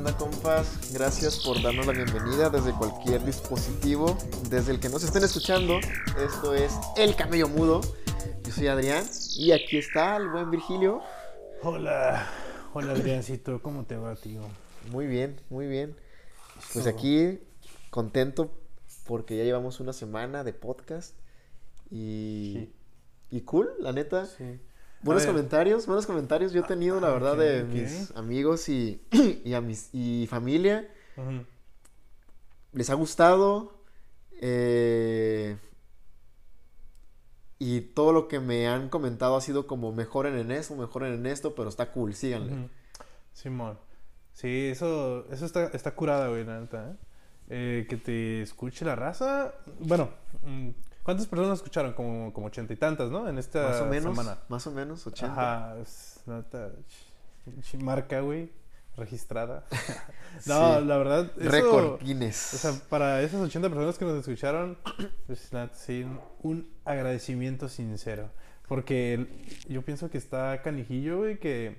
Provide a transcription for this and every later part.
onda, compas? Gracias por darnos la bienvenida desde cualquier dispositivo, desde el que nos estén escuchando. Esto es El Camello Mudo. Yo soy Adrián y aquí está el buen Virgilio. Hola Adriancito, ¿cómo te va, tío? Muy bien, muy bien. Pues Eso. aquí contento porque ya llevamos una semana de podcast y, Sí, y cool, la neta. sí. A Buenos ver, comentarios, buenos comentarios. Yo he tenido, la verdad, de mis ok. amigos y familia. Ujú. Les ha gustado. eh, y todo lo que me han comentado ha sido como mejoren en esto, pero está cool, síganle. Ujú. Simón. Sí, eso está curada, güey, la neta, ¿eh? Que te escuche la raza. Bueno, ¿cuántas personas escucharon? Como 80 y tantas, ¿no? En esta semana. Más o menos, 80. Ajá, la neta, marca, güey, registrada. No, Sí, la verdad, récord eso. O sea, Guinness. para esas 80 personas que nos escucharon, pues sí, un agradecimiento sincero. Porque yo pienso que está canijillo, güey, que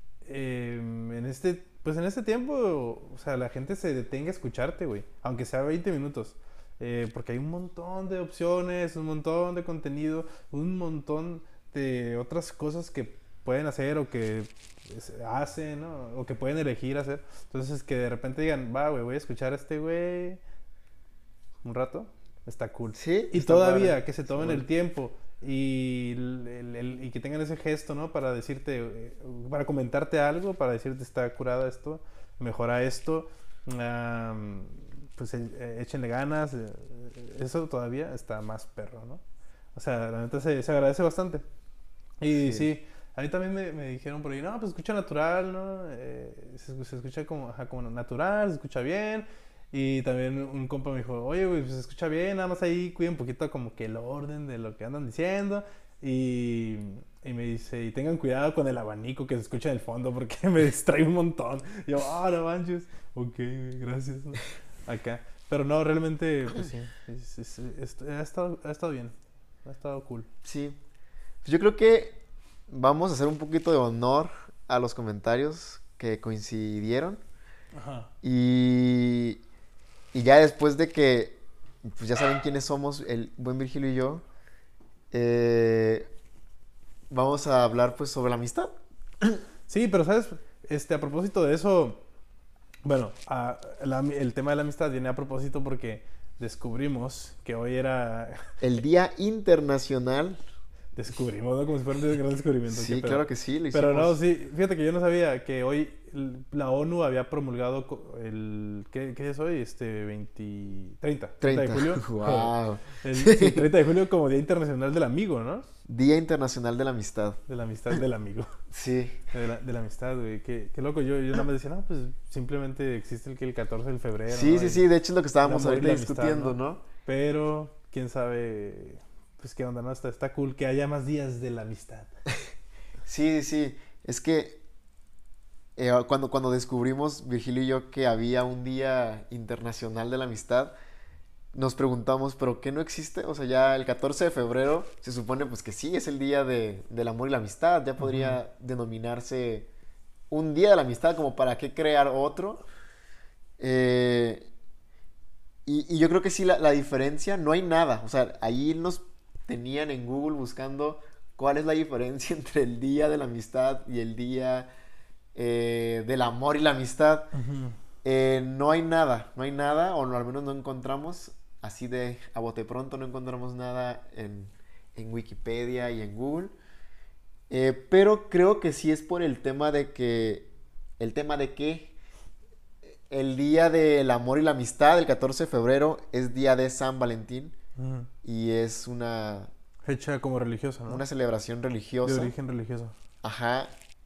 en este tiempo, o sea, la gente se detenga a escucharte, güey, aunque sea 20 minutos. Porque hay un montón de opciones, un montón de contenido, un montón de otras cosas que pueden hacer o que hacen, ¿no? O que pueden elegir hacer. Entonces, que de repente digan, va, güey, voy a escuchar a este güey un rato, está cool. Sí, Y está padre. todavía que se tomen el Simón. tiempo y que tengan ese gesto, ¿no? Para decirte, para comentarte algo, para decirte está curada esto, mejora esto, am, pues échenle ganas, eso todavía está más perro, ¿no? O sea, la neta se agradece bastante. Y Sí. sí, a mí también me dijeron por ahí, no, pues escucha natural, ¿no? Se escucha como, ajá, como natural, se escucha bien. Y también un compa me dijo, oye, güey, pues se escucha bien, nada más ahí cuida un poquito como que el orden de lo que andan diciendo. Y, y me dice, y tengan cuidado con el abanico que se escucha en el fondo porque me distrae un montón. Y yo, ah, no manches, ok, güey, gracias, ¿no? Acá. Pero no, realmente, pues sí, ha estado bien, ha estado cool. Sí. Pues yo creo que vamos a hacer un poquito de honor a los comentarios que coincidieron. Ajá. Y, y ya después de que, pues ya saben quiénes somos, el buen Virgilio y yo, eh, vamos a hablar pues sobre la amistad. Sí, pero sabes, a propósito de eso, bueno, el tema de la amistad viene a propósito porque descubrimos que hoy era, El Día Internacional. descubrimos, ¿no? Como si fuera un gran descubrimiento, qué Sí, pedo. claro que sí, lo Pero no, hicimos. sí, fíjate que yo no sabía que hoy la ONU había promulgado ¿qué es hoy? 30 de 30. julio. Wow. Sí, Sí. 30 de julio como Día Internacional del Amigo, ¿no? Día Internacional de la Amistad. De la amistad del amigo. Sí. De la amistad, güey. Qué loco. Yo nada más decía, no, pues simplemente existe el 14 de febrero, Sí, ¿no? sí, sí. De hecho es lo que El estábamos amor y ahorita la amistad, discutiendo, ¿no? ¿no? Pero, quién sabe, pues qué onda, ¿no? Está cool que haya más días de la amistad. Sí, sí, sí. Es que cuando descubrimos, Virgilio y yo, que había un Día Internacional de la Amistad, nos preguntamos, ¿pero qué no existe? O sea, ya el 14 de febrero se supone pues que sí, es el día del amor y la amistad. Ya Ujú. podría denominarse un día de la amistad, como para qué crear otro. Eh, y yo creo que sí, la diferencia, no hay nada. O sea, ahí nos tenían en Google buscando cuál es la diferencia entre el día de la amistad y el día del amor y la amistad. Ujú. No hay nada, no hay nada, o no, al menos no encontramos, así de a bote pronto, no encontramos nada en Wikipedia y en Google. Pero creo que sí es por el tema de que el día del amor y la amistad, el 14 de febrero, es día de San Valentín Ujú. y es Fecha como religiosa, una ¿no? celebración De religiosa. origen religioso. Ajá.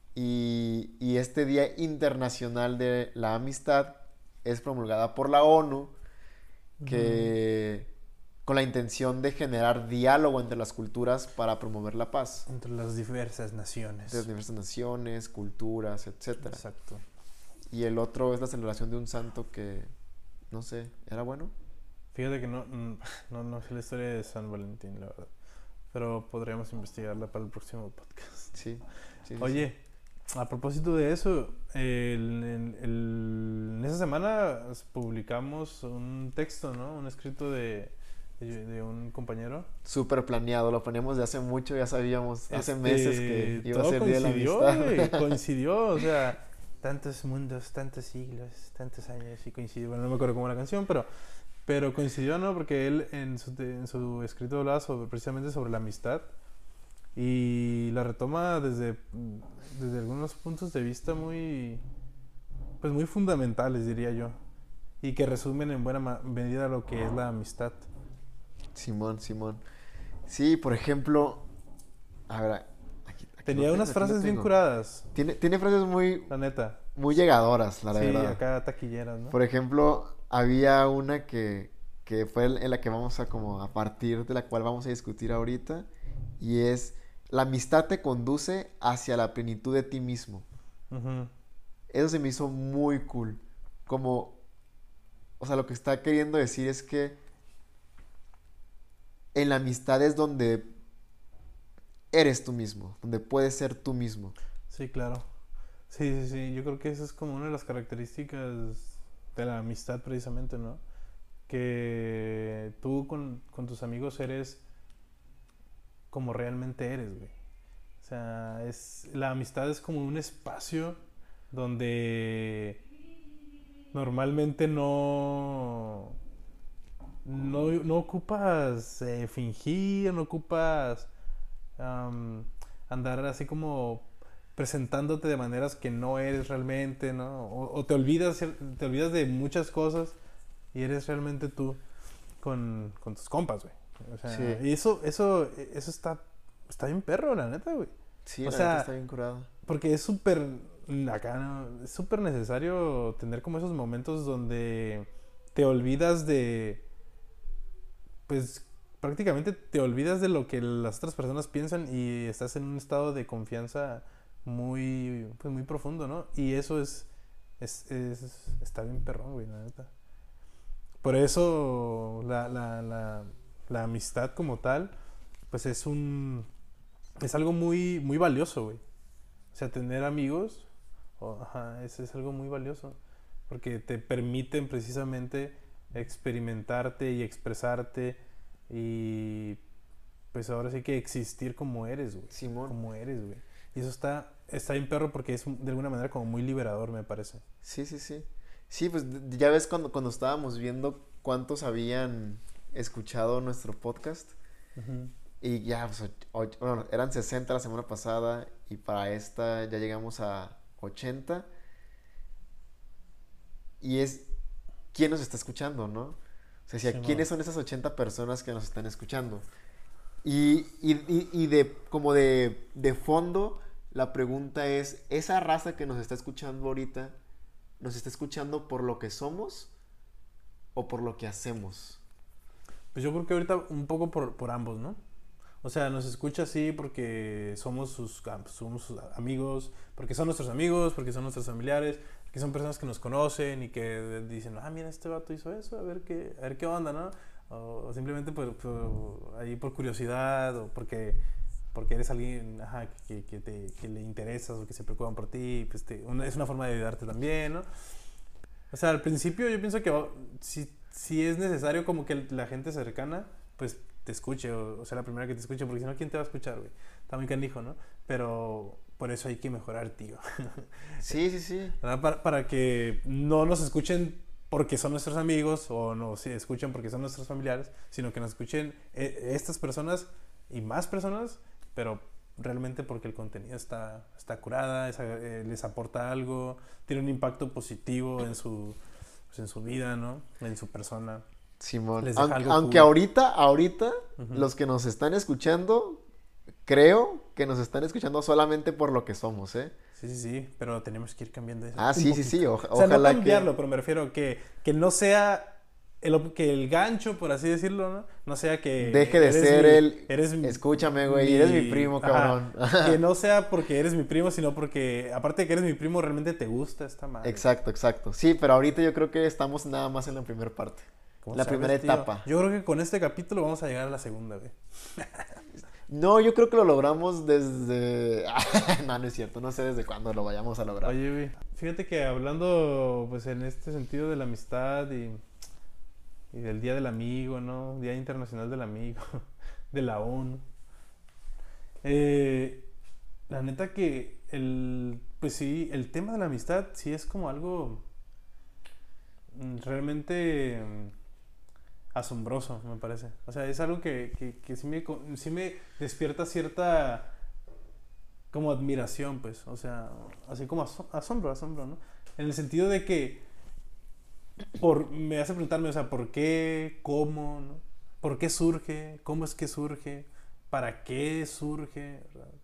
Y este Día Internacional de la Amistad es promulgada por la ONU Ujú. que con la intención de generar diálogo entre las culturas para promover la paz Entre las diversas de las naciones. diversas naciones, culturas, etcétera. Exacto. Y el otro es la celebración de un santo que, no sé, ¿era bueno? Fíjate que no sé la historia de San Valentín, la verdad. Pero podríamos investigarla para el próximo podcast. Sí, sí, sí, sí. Oye, A propósito de eso, en esa semana publicamos un texto, ¿no? Un escrito de un compañero. Súper planeado, lo planeamos de hace mucho, ya sabíamos, hace meses que iba a Todo ser Día de la coincidió, Amistad. güey, coincidió, o sea, tantos mundos, tantos siglos, tantos años y coincidió. Bueno, no me acuerdo cómo era la canción, pero coincidió, ¿no? Porque él en su escrito hablaba precisamente sobre la amistad y la retoma desde algunos puntos de vista pues muy fundamentales, diría yo, y que resumen en buena medida lo que es la amistad. Simón, Simón. Sí, por ejemplo, a ver, Tenía unas frases bien curadas, Tiene frases la neta. muy llegadoras, la Sí, verdad. acá taquilleras, ¿no? Por ejemplo, había una que fue en la que vamos a como a partir de la cual vamos a discutir ahorita, y es: la amistad te conduce hacia la plenitud de ti mismo. Ujú. Eso se me hizo muy cool. Como, o sea, lo que está queriendo decir es que en la amistad es donde eres tú mismo, donde puedes ser tú mismo. Sí, claro. Sí, sí, sí. Yo creo que esa es como una de las características de la amistad precisamente, ¿no? Que tú con tus amigos eres como realmente eres, güey. O sea, la amistad es como un espacio donde normalmente no ocupas fingir, no ocupas am, andar así como presentándote de maneras que no eres realmente, ¿no? O te olvidas de muchas cosas y eres realmente tú con tus compas, güey. O sea, Sí, y eso está bien perro, la neta, güey. sí, O la neta sea, está bien curada. porque es súper, acá, ¿no? Es súper necesario tener como esos momentos donde te olvidas pues prácticamente te olvidas de lo que las otras personas piensan y estás en un estado de confianza pues muy profundo, ¿no? Y eso está bien perrón, güey, la neta. Por eso la amistad como tal, pues es algo muy, muy valioso, güey. O sea, tener amigos, ajá, es algo muy valioso. Porque te permiten precisamente experimentarte y expresarte y pues ahora sí que existir como eres, güey. Simón. Como eres, güey. Y eso está bien perro porque es de alguna manera como muy liberador, me parece. Sí, sí, sí. Sí, pues ya ves cuando estábamos viendo cuántos habían escuchado nuestro podcast. Ujú. Y ya, pues, bueno, eran 60 la semana pasada y para esta ya llegamos a 80. Y es quién nos está escuchando, ¿no? O sea, Sí, decía, man. ¿quiénes son esas 80 personas que nos están escuchando? Y como de fondo, la pregunta es: ¿esa raza que nos está escuchando ahorita nos está escuchando por lo que somos o por lo que hacemos? Pues yo creo que ahorita un poco por ambos, ¿no? O sea, nos escucha así porque somos sus amigos, porque son nuestros amigos, porque son nuestros familiares, que son personas que nos conocen y que dicen, ah, mira, este vato hizo eso, a ver qué onda, ¿no? O simplemente ahí por curiosidad o porque eres alguien ajá, que le interesas o que se preocupan por ti, pues es una forma de ayudarte también, ¿no? O sea, al principio yo pienso que si es necesario como que la gente cercana, pues te escuche, o sea, la primera que te escuche, porque si no, ¿quién te va a escuchar, güey? Está muy canijo, ¿no? Pero por eso hay que mejorar, tío. Sí, sí, sí. ¿Verdad? Para que no nos escuchen porque son nuestros amigos o no se escuchen porque son nuestros familiares, sino que nos escuchen estas personas y más personas, pero realmente porque el contenido está curada, les aporta algo, tiene un impacto positivo pues en su vida, ¿no? En su persona. Simón. Les deja Aunque, algo aunque cool. ahorita, Ujú. los que nos están escuchando, creo que nos están escuchando solamente por lo que somos, ¿eh? Sí, sí, sí, pero tenemos que ir cambiando eso Ah, un sí, sí, sí. poquito. O sea, no Ojalá que... cambiarlo, pero me refiero que no sea que el gancho, por así decirlo, ¿no? No sea Deje que de ser el... eres Escúchame, güey, eres mi primo, ajá, cabrón. que no sea porque eres mi primo, sino porque aparte de que eres mi primo, realmente te gusta esta madre. Exacto, exacto. Sí, pero ahorita yo creo que estamos nada más en la primera parte. ¿Cómo La primera sabes, tío? etapa. Yo creo que con este capítulo vamos a llegar a la segunda, güey. No, yo creo que lo logramos desde... No, no es cierto. No sé desde cuándo lo vayamos a lograr. Oye, güey, fíjate que hablando, pues, en este sentido de la amistad y del Día del Amigo, ¿no? Día Internacional del Amigo, de la ONU. Eh, la neta que pues sí, el tema de la amistad sí es como algo realmente asombroso, me parece. O sea, es algo que sí me despierta cierta como admiración, pues. O sea, así como asombro, ¿no? En el sentido de que me hace preguntarme, o sea, ¿por qué? ¿Cómo? ¿No? ¿Por qué surge? ¿Cómo es que surge? ¿Para qué surge?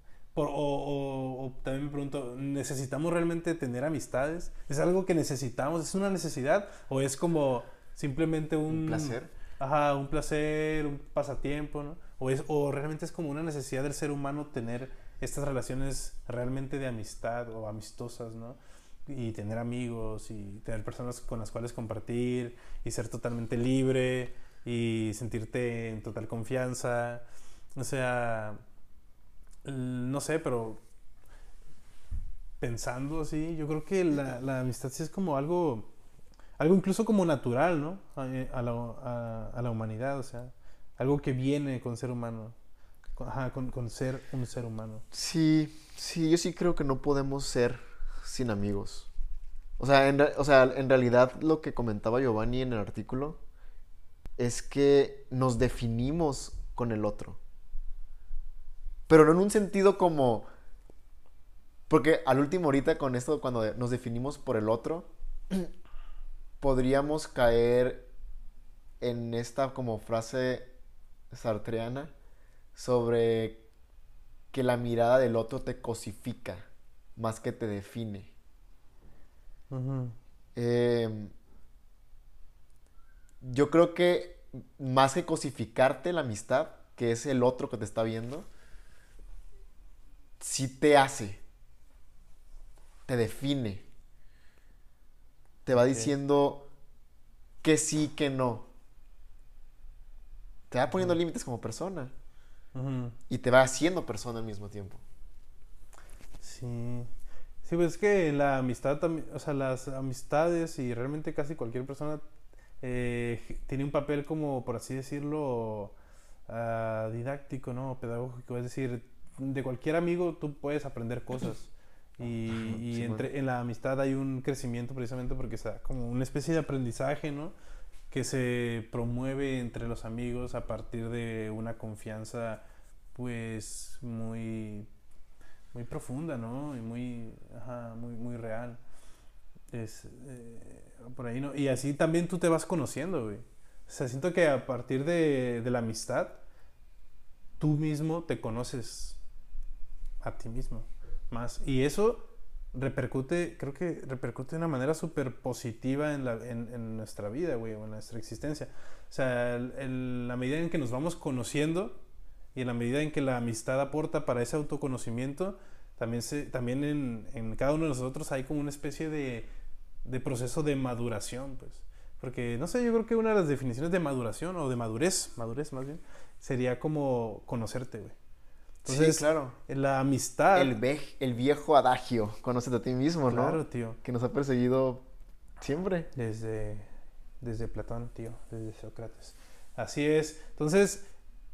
O también me pregunto, ¿necesitamos realmente tener amistades? ¿Es algo que necesitamos? ¿Es una necesidad? ¿O es como simplemente Un placer. ajá, un placer, un pasatiempo, ¿no? O realmente es como una necesidad del ser humano tener estas relaciones realmente de amistad o amistosas, ¿no? Y tener amigos y tener personas con las cuales compartir y ser totalmente libre y sentirte en total confianza. O sea, no sé, pero pensando así, yo creo que la amistad sí es como algo incluso como natural, ¿no? A la humanidad, o sea, algo que viene con ser humano, con ser un ser humano. Sí, sí, yo sí creo que no podemos ser sin amigos. En realidad lo que comentaba Giovanni en el artículo es que nos definimos con el otro. Pero no en un sentido como... Porque al último ahorita con esto, cuando nos definimos por el otro, podríamos caer en esta como frase sartreana sobre que la mirada del otro te cosifica más que te define. Ujú. Eh, yo creo que más que cosificarte la amistad, que es el otro que te está viendo, sí te hace, te define, te va Ok. diciendo que sí, que no. Te va poniendo Ujú. límites como persona Ujú. y te va haciendo persona al mismo tiempo. Sí. Sí, pues es que la amistad también, o sea, las amistades y realmente casi cualquier persona tiene un papel como, por así decirlo, didáctico, ¿no? Pedagógico. Es decir, de cualquier amigo tú puedes aprender cosas. Y Simón. en la amistad hay un crecimiento precisamente porque es como una especie de aprendizaje, ¿no? Que se promueve entre los amigos a partir de una confianza, pues, muy profunda, ¿no? Y muy real. Es por ahí, ¿no? Y así también tú te vas conociendo, güey. O sea, siento que a partir de la amistad, tú mismo te conoces a ti mismo más. Y eso creo que repercute de una manera súper positiva en nuestra vida, güey, o en nuestra existencia. O sea, la medida en que nos vamos conociendo y en la medida en que la amistad aporta para ese autoconocimiento, también en cada uno de nosotros hay como una especie de proceso de maduración, pues. Porque, no sé, yo creo que una de las definiciones de maduración o de madurez más bien, sería como conocerte, güey. Sí, Entonces, claro. la amistad, El viejo adagio, conócete a ti mismo, ¿no? claro, tío, Que nos ha perseguido siempre. desde, desde Platón, tío, desde Sócrates. Así es. Entonces,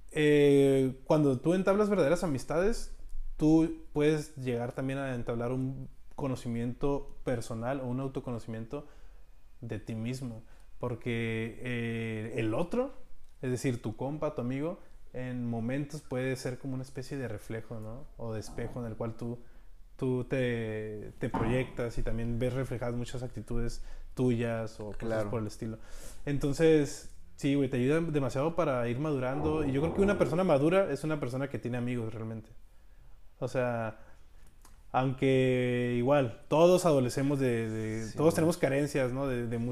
cuando tú entablas verdaderas amistades, tú puedes llegar también a entablar un conocimiento personal o un autoconocimiento de ti mismo. Porque el otro, es decir, tu compa, tu amigo, en momentos puede ser como una especie de reflejo, ¿no? O de espejo en el cual tú te proyectas y también ves reflejadas muchas actitudes tuyas o cosas Claro. por el estilo. Entonces, sí, güey, te ayuda demasiado para ir madurando. Y yo creo que una persona madura es una persona que tiene amigos realmente. O sea, aunque igual, todos adolecemos todos Simón. tenemos carencias, ¿no?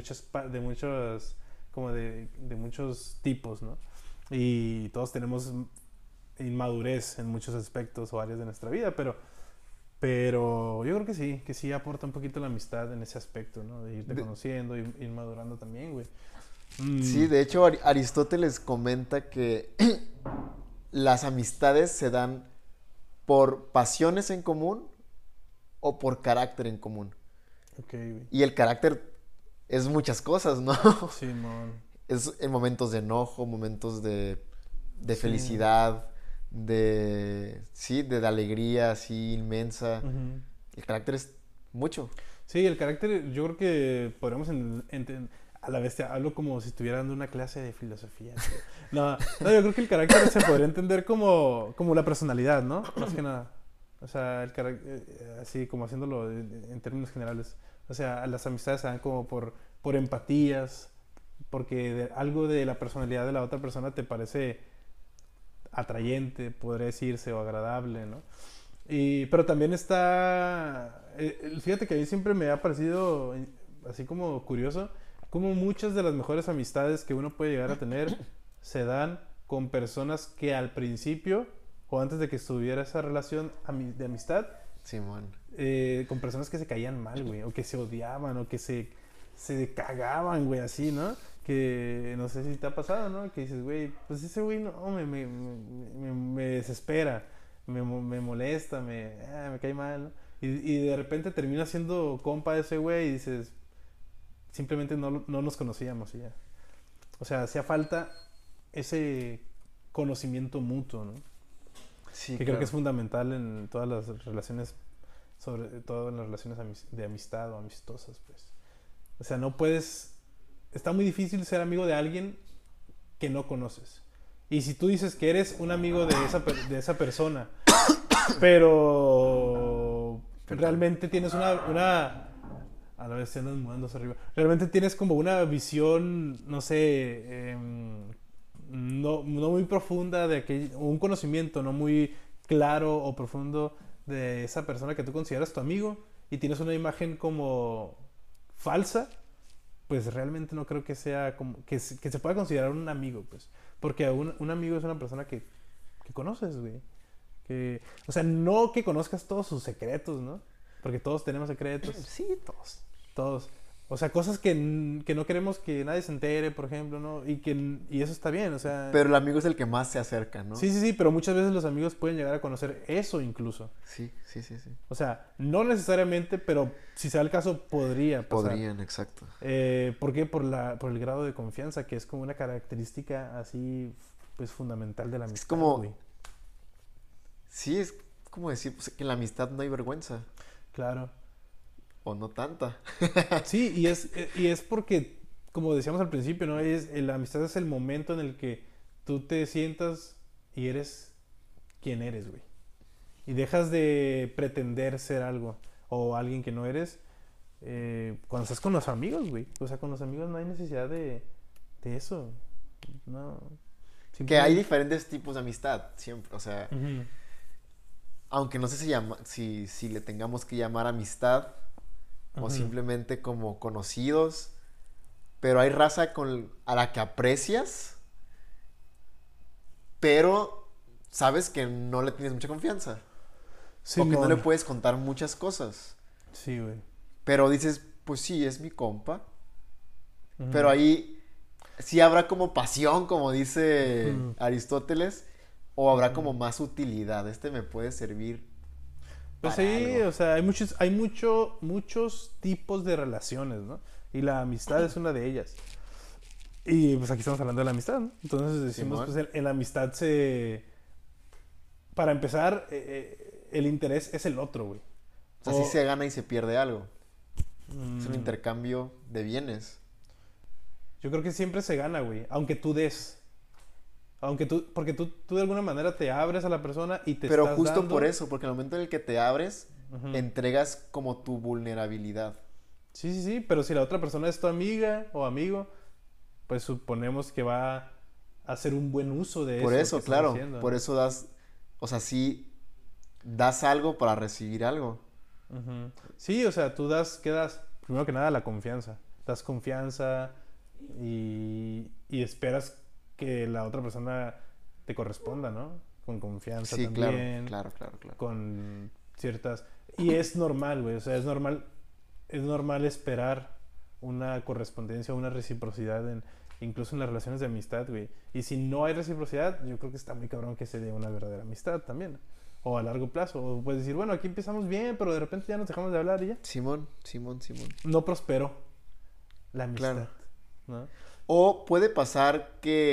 Como de muchos tipos, ¿no? Y todos tenemos inmadurez en muchos aspectos o áreas de nuestra vida, pero yo creo que sí aporta un poquito la amistad en ese aspecto, ¿no? De irte De- conociendo y ir madurando también, güey. sí, Mm, de hecho Aristóteles comenta que las amistades se dan por pasiones en común o por carácter en común. Ok, güey. Y el carácter es muchas cosas, ¿no? Simón. Es en momentos de enojo, momentos de Sí. felicidad, de alegría así inmensa. Ujú. El carácter es mucho. Sí, el carácter, yo creo que podríamos a la bestia, hablo como si estuviera dando una clase de filosofía. Tío. No, no, yo creo que el carácter se podría entender como la personalidad, ¿no? Más que nada. O sea, el carácter, así como haciéndolo en términos generales. O sea, las amistades se dan como por empatías, porque algo de la personalidad de la otra persona te parece atrayente, podría decirse, o agradable, ¿no? Pero también está, fíjate que a mí siempre me ha parecido así como curioso, como muchas de las mejores amistades que uno puede llegar a tener se dan con personas que al principio o antes de que estuviera esa relación de amistad, Simón. con personas que se caían mal, güey, o que se odiaban, o que se cagaban, güey, así, ¿no? Que no sé si te ha pasado, ¿no? Que dices, güey, pues ese güey no, me desespera, me molesta, me cae mal, ¿no? Y de repente termina siendo compa de ese güey y dices, simplemente no nos conocíamos y ya. O sea, hacía falta ese conocimiento mutuo, ¿no? Sí, Que creo que claro. es fundamental en todas las relaciones, sobre todo en las relaciones de amistad o amistosas, pues. O sea, no puedes... Está muy difícil ser amigo de alguien que no conoces. Y si tú dices que eres un amigo de esa persona, pero Perdón. realmente tienes a la vez se andan mudándose arriba. Realmente tienes como una visión, no sé, no muy profunda de aquel, un conocimiento no muy claro o profundo de esa persona que tú consideras tu amigo y tienes una imagen como falsa, pues realmente no creo que sea como que se pueda considerar un amigo, pues, porque un amigo es una persona que conoces, güey. O sea, no que conozcas todos sus secretos, ¿no? Porque todos tenemos secretos. Sí, todos. Todos. O sea, cosas que no queremos que nadie se entere, por ejemplo, ¿no? Y eso está bien, o sea... Pero el amigo es el que más se acerca, ¿no? Sí, sí, sí, pero muchas veces los amigos pueden llegar a conocer eso incluso. Sí, sí, sí, sí. O sea, no necesariamente, pero si se da el caso, podría pasar. Podrían, exacto. ¿Por qué? Por el grado de confianza, que es como una característica así, pues, fundamental de la Es amistad, como, güey. sí, es como decir pues, que en la amistad no hay vergüenza. Claro. O no tanta. Sí, y es porque, como decíamos al principio, ¿no? La amistad es el momento en el que tú te sientas y eres quien eres, güey. Y dejas de pretender ser algo o alguien que no eres cuando estás con los amigos, güey. O sea, con los amigos no hay necesidad de eso. No. Que hay Simplemente... diferentes tipos de amistad, siempre. O sea, Ujú, aunque no sé si le tengamos que llamar amistad o ujú. simplemente como conocidos, pero hay raza a la que aprecias, pero sabes que no le tienes mucha confianza. O que no le Simón. puedes contar muchas cosas. Sí, güey. Pero dices, pues sí, es mi compa. Pero Ujú, ahí sí habrá como pasión, como dice ujú, Aristóteles, o habrá ujú. como más utilidad. Este me puede servir Pues para sí, algo. o sea, muchos tipos de relaciones, ¿no? Y la amistad es una de ellas. Y pues aquí estamos hablando de la amistad, ¿no? Entonces decimos, pues Simón. en la amistad para empezar, el interés es el otro, güey. O sea, sí O... se gana y se pierde algo. Es un mm, intercambio de bienes. yo creo que siempre se gana, güey. Aunque tú des. Porque tú de alguna manera te abres a la persona y te Pero estás justo por dando... eso, porque en el momento en el que te abres, Ujú. entregas como tu vulnerabilidad. Sí, sí, sí, pero si la otra persona es tu amiga o amigo, pues suponemos que va a hacer un buen uso de Por eso que eso, estás claro, haciendo, por ¿no? eso das, o sea, sí das algo para recibir algo. Ujú. Sí, o sea, tú ¿qué das? Primero que nada, la confianza. Das confianza y esperas que la otra persona te corresponda, ¿no? Con confianza Sí, claro, también, claro, claro, claro. con ciertas... Y es normal, güey, o sea, es normal esperar una correspondencia, una reciprocidad incluso en las relaciones de amistad, güey. Y si no hay reciprocidad, yo creo que está muy cabrón que se dé una verdadera amistad también. O a largo plazo. O puedes decir, bueno, aquí empezamos bien, pero de repente ya nos dejamos de hablar y ya. Simón, Simón, Simón. No prosperó la amistad, Claro. ¿no? O puede pasar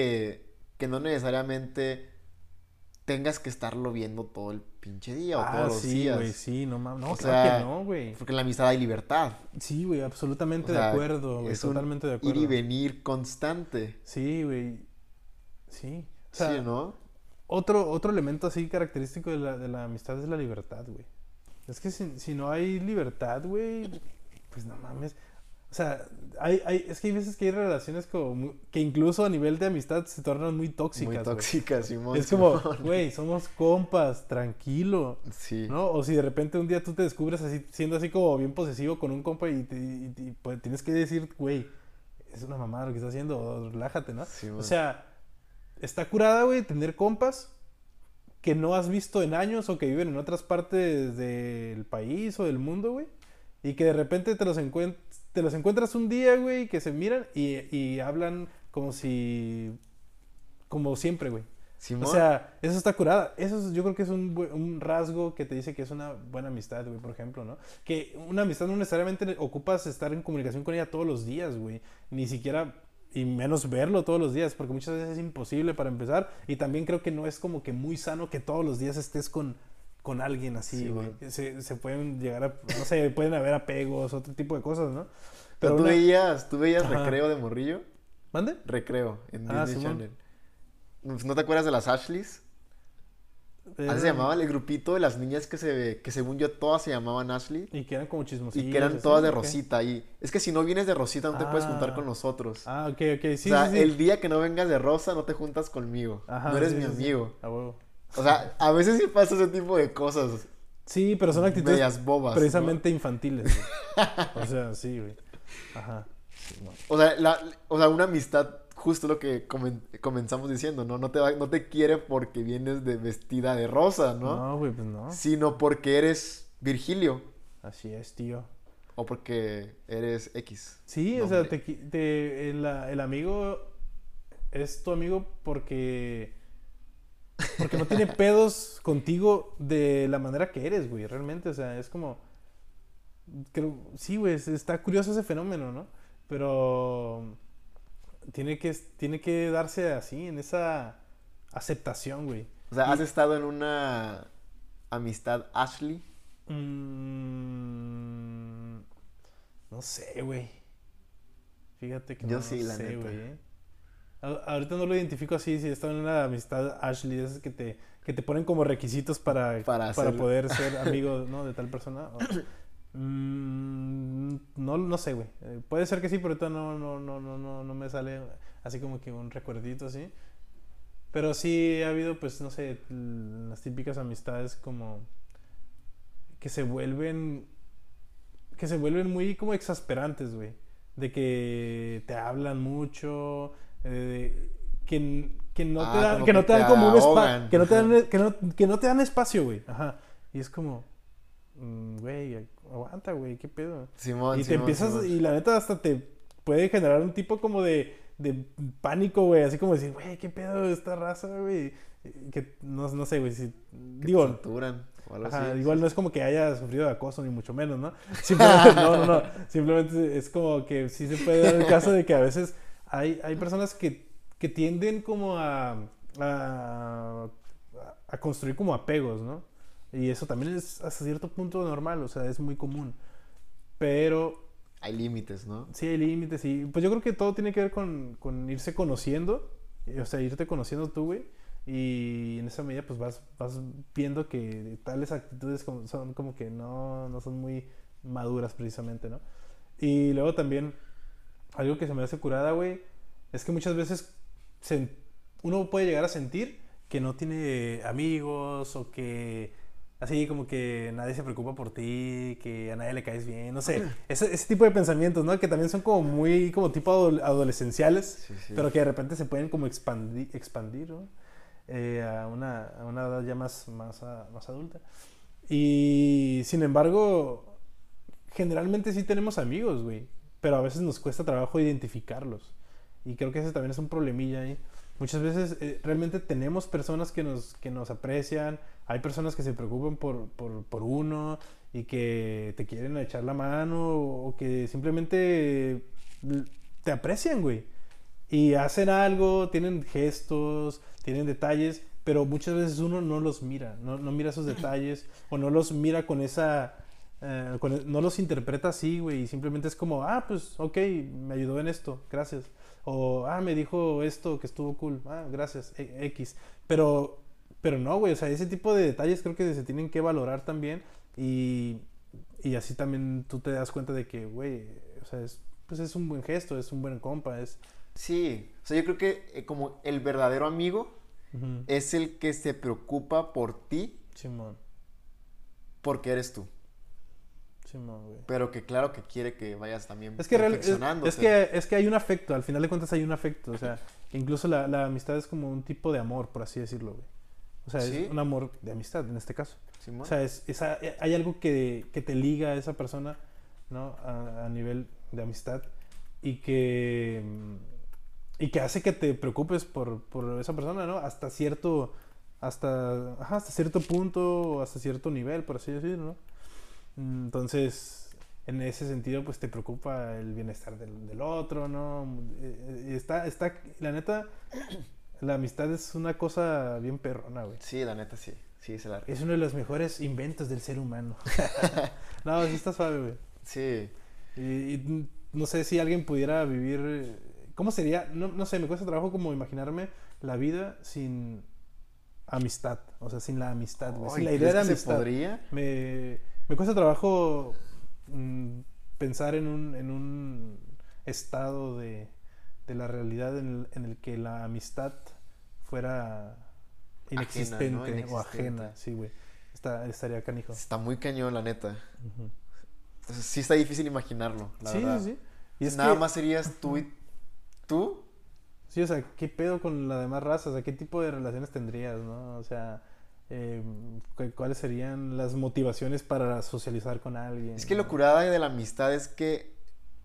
que no necesariamente tengas que estarlo viendo todo el pinche día o todos los Sí, días. güey, sí, no mames. No, O claro sea, que no, güey. porque en la amistad hay libertad. Sí, güey, O absolutamente de sea, acuerdo, güey, es un totalmente de ir acuerdo. y venir constante. Sí, güey, sí. O Sí, sea, ¿no? otro elemento así característico de la amistad es la libertad, güey. Es que si no hay libertad, güey, pues no mames. O sea, es que hay veces que hay relaciones como que incluso a nivel de amistad se tornan muy tóxicas, Muy güey. tóxica, Simón. Es como, Simón. güey, somos compas, tranquilo, Sí. ¿no? O si de repente un día tú te descubres así, siendo así como bien posesivo con un compa pues, tienes que decir, güey, es una mamada lo que estás haciendo, o relájate, ¿no? Simón. O sea, está curada, güey, tener compas que no has visto en años o que viven en otras partes del país o del mundo, güey. Y que de repente te los encuentras un día, güey, que se miran y hablan como si... Como siempre, güey. Simón. O sea, eso está curada. Yo creo que es un rasgo que te dice que es una buena amistad, güey, por ejemplo, ¿no? Que una amistad no necesariamente ocupas estar en comunicación con ella todos los días, güey. Ni siquiera, y menos verlo todos los días, porque muchas veces es imposible para empezar. Y también creo que no es como que muy sano que todos los días estés con alguien así, Sí, güey. güey. Se pueden llegar a, no sé, pueden haber apegos, otro tipo de cosas, ¿no? Pero tú veías Ajá. Recreo de morrillo. ¿Mande? Recreo en Ah, Disney Simón. Channel. ¿No te acuerdas de las Ashleys? Así se Eran- llamaba el grupito de las niñas que según yo todas se llamaban Ashley. Y que eran como chismosillos. Y que eran así, todas de ¿o qué? Rosita. Y es que si no vienes de Rosita no te puedes juntar Ah. con nosotros. Ah, ok, ok, sí, O sea, sí, sí. el día que no vengas de Rosa no te juntas conmigo. Ajá, No eres sí, mi sí, sí. amigo. A huevo. O sea, a veces sí pasa ese tipo de cosas Sí, pero son actitudes medias bobas. precisamente infantiles, güey. O sea, sí, güey. Ajá. Sí, no. ¿No? O sea, una amistad, justo lo que comenzamos diciendo, ¿no? No te quiere porque vienes de vestida de rosa, ¿no? No, güey, pues no. Sino porque eres Virgilio. Así es, tío. O porque eres X. Sí, o nombre. sea, el amigo es tu amigo porque no tiene pedos contigo de la manera que eres, güey, realmente, o sea, es como sí, güey, está curioso ese fenómeno, ¿no? Pero tiene que darse así, en esa aceptación, güey. O sea, Y- ¿has estado en una amistad Ashley? Mm, no sé, güey. Fíjate que Yo no sí, la sé, neta. güey. Ahorita no lo identifico así, si está en una amistad Ashley, de esas que te ponen como requisitos Para para hacer- poder ser amigo, ¿no? De tal persona. No sé, güey. Puede ser que sí, pero ahorita no me sale así como que un recuerdito así. Pero sí ha habido, pues, no sé, las típicas amistades como que se vuelven muy como exasperantes, güey. De que te hablan mucho, que no te dan, como que no que te dan te como un ahogan. espacio, que no te dan espacio, güey. Ajá. Y es como, güey, aguanta, güey, qué pedo. Simón, Y te Simón, empiezas, Simón. y la neta hasta te puede generar un tipo como de pánico, güey, así como decir, güey, qué pedo esta raza, güey. Que no sé, güey, si Que te digo, torturan o algo ajá, así. igual no es como que haya sufrido de acoso, ni mucho menos, ¿no? Simplemente, no. Simplemente es como que sí se puede dar el caso de que a veces hay personas que tienden como a construir como apegos, ¿no? Y eso también es hasta cierto punto normal, o sea, es muy común. Pero Hay límites, ¿no? sí hay límites y pues yo creo que todo tiene que ver con irse conociendo, o sea, irte conociendo tú, güey. Y en esa medida pues vas viendo que tales actitudes son como que no son muy maduras precisamente, ¿no? Y luego también algo que se me hace curada, güey, es que muchas veces uno puede llegar a sentir que no tiene amigos o que así como que nadie se preocupa por ti, que a nadie le caes bien, no sé, ese tipo de pensamientos, ¿no? Que también son como muy como tipo adolescenciales, Sí, sí. pero que de repente se pueden como expandir, ¿no? A una edad ya más adulta. Y sin embargo, generalmente sí tenemos amigos, güey, pero a veces nos cuesta trabajo identificarlos. Y creo que ese también es un problemilla ahí. Muchas veces realmente tenemos personas que nos aprecian, hay personas que se preocupan por uno y que te quieren echar la mano o que simplemente te aprecian, güey. Y hacen algo, tienen gestos, tienen detalles, pero muchas veces uno no los mira, no mira esos detalles o no los mira con esa... no los interpreta así, güey, y simplemente es como, ah, pues, ok, me ayudó en esto, gracias. O, ah, me dijo esto que estuvo cool, ah, gracias, X. Pero, pero no, güey, o sea, ese tipo de detalles creo que se tienen que valorar también y, y así también tú te das cuenta de que, güey, o sea, pues es un buen gesto, es un buen compa, es... Sí, o sea, yo creo que como el verdadero amigo Ujú. es el que se preocupa por ti Simón, porque eres tú. Simón, güey. Pero que claro que quiere que vayas también Es que, perfeccionándote. es que hay un afecto, al final de cuentas hay un afecto, o sea, incluso la amistad es como un tipo de amor, por así decirlo, güey. O sea, es ¿Sí? un amor de amistad en este caso. O Simón. sea, hay algo que te liga a esa persona, ¿no? A nivel de amistad y y que hace que te preocupes por esa persona, ¿no? Hasta cierto punto o hasta cierto nivel, por así decirlo, ¿no? Entonces, en ese sentido, pues te preocupa el bienestar del otro, ¿no? La neta, la amistad es una cosa bien perrona, güey. Sí, la neta sí. Sí, se la Es rifa. uno de los mejores inventos del ser humano. No, sí está suave, güey. Sí. Y no sé si alguien pudiera vivir... ¿Cómo sería? No sé, me cuesta trabajo como imaginarme la vida sin amistad. O sea, sin la amistad, güey. Sin Ay, la idea ¿crees de que se amistad. podría? Me cuesta trabajo pensar en un estado de la realidad en el que la amistad fuera Ajena, ¿no? inexistente o Inexistente. ajena. Sí, güey. Estaría canijo. Está muy cañón, la neta. Ujú. Entonces, sí está difícil imaginarlo, la Sí, verdad. sí, sí. Y es Nada que, más serías tú y tú. sí, o sea, ¿qué pedo con la demás raza? O sea, ¿qué tipo de relaciones tendrías, no? O sea, ¿cuáles serían las motivaciones para socializar con alguien, Es que lo ¿no? curada de la amistad es que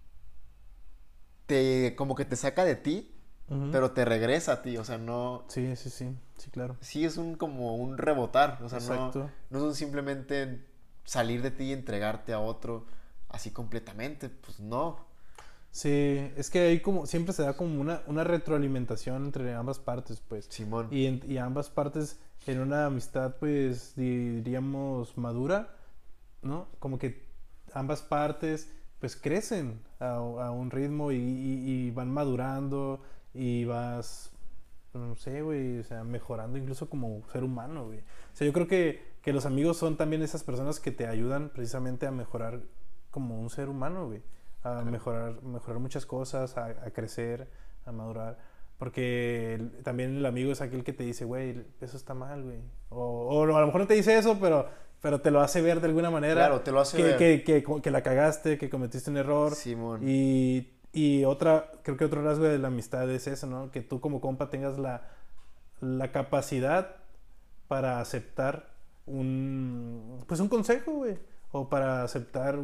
te como que te saca de ti, Ujú. pero te regresa a ti, o sea, no Sí, sí, sí, sí, claro. sí es un como un rebotar, o sea, Exacto. no es un simplemente salir de ti y entregarte a otro así completamente, pues no. Sí, es que ahí como siempre se da como una retroalimentación entre ambas partes, pues. Simón, Y ambas partes en una amistad, pues, diríamos madura, ¿no? Como que ambas partes, pues, crecen a un ritmo y van madurando y vas, no sé, güey, o sea, mejorando incluso como ser humano, güey. O sea, yo creo que los amigos son también esas personas que te ayudan precisamente a mejorar como un ser humano, güey. A claro. mejorar muchas cosas, a crecer, a madurar. Porque también el amigo es aquel que te dice, güey, eso está mal, güey. O a lo mejor no te dice eso, pero te lo hace ver de alguna manera Claro, te lo hace ver. que la cagaste, que cometiste un error. Simón, Y creo que otro rasgo de la amistad es eso, ¿no? Que tú como compa tengas la capacidad para aceptar pues un consejo, güey. O para aceptar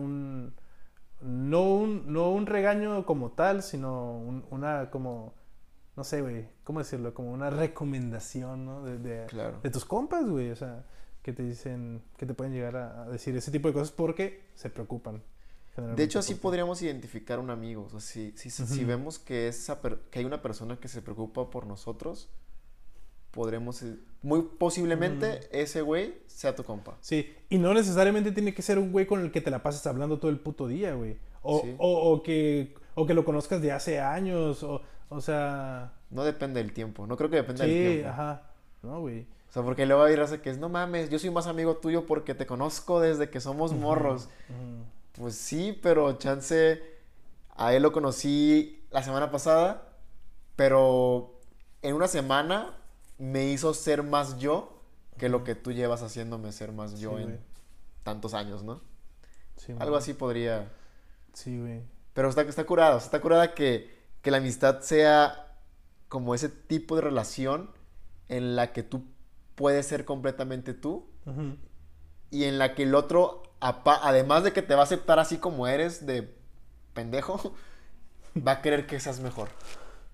no un regaño como tal, sino una como, no sé, güey, ¿cómo decirlo? Como una recomendación, ¿no? claro. De tus compas, güey. O sea, que te dicen, que te pueden llegar a decir ese tipo de cosas porque se preocupan. De hecho, Generalmente así por ti. podríamos identificar un amigo. O sea, si Ujú. vemos que, que hay una persona que se preocupa por nosotros, podremos, muy Ujú. posiblemente ese güey sea tu compa. Sí, y no necesariamente tiene que ser un güey con el que te la pases hablando todo el puto día, güey. Sí. O que lo conozcas de hace años, o sea, No depende del tiempo. No creo que dependa del sí, tiempo. ajá, no, güey. O sea, porque luego hay raza que es, no mames, yo soy más amigo tuyo porque te conozco desde que somos Ujú, morros. ujú, Pues sí, pero chance, a él lo conocí la semana pasada, pero en una semana me hizo ser más yo que lo ujú. que tú llevas haciéndome ser más Sí, yo güey, en tantos años, ¿no? sí, Algo man, así podría. sí, güey. Pero está curado, está curada que la amistad sea como ese tipo de relación en la que tú puedes ser completamente tú Ujú. y en la que el otro, además de que te va a aceptar así como eres de pendejo, va a querer que seas mejor.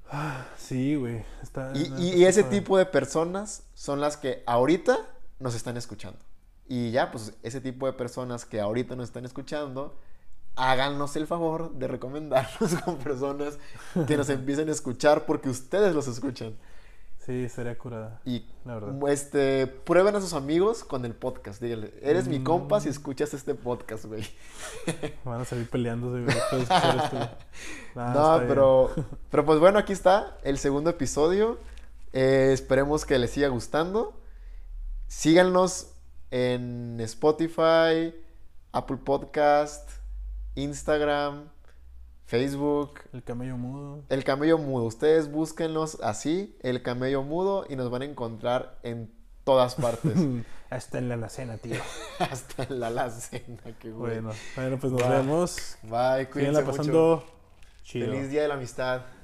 Sí, güey. Y ese tipo de personas son las que ahorita nos están escuchando. Y ya, pues ese tipo de personas que ahorita nos están escuchando, háganos el favor de recomendarnos con personas que nos empiecen a escuchar porque ustedes los escuchan. Sí, sería curada. Y la verdad. Prueben a sus amigos con el podcast. Díganle, eres mi compa si escuchas este podcast, güey. Van a salir peleándose, güey. Después de escuchar esto, güey. No, pero pues bueno, aquí está el segundo episodio. Esperemos que les siga gustando. Síganos en Spotify, Apple Podcast, Instagram, Facebook. El camello mudo. El camello mudo. Ustedes búsquenlos así, el camello mudo, y nos van a encontrar en todas partes. Hasta en la alacena, tío. Hasta en la alacena, qué güey. Bueno, pues nos vemos. Bye, cuídense Síganla pasando mucho. chido. Feliz Día de la Amistad.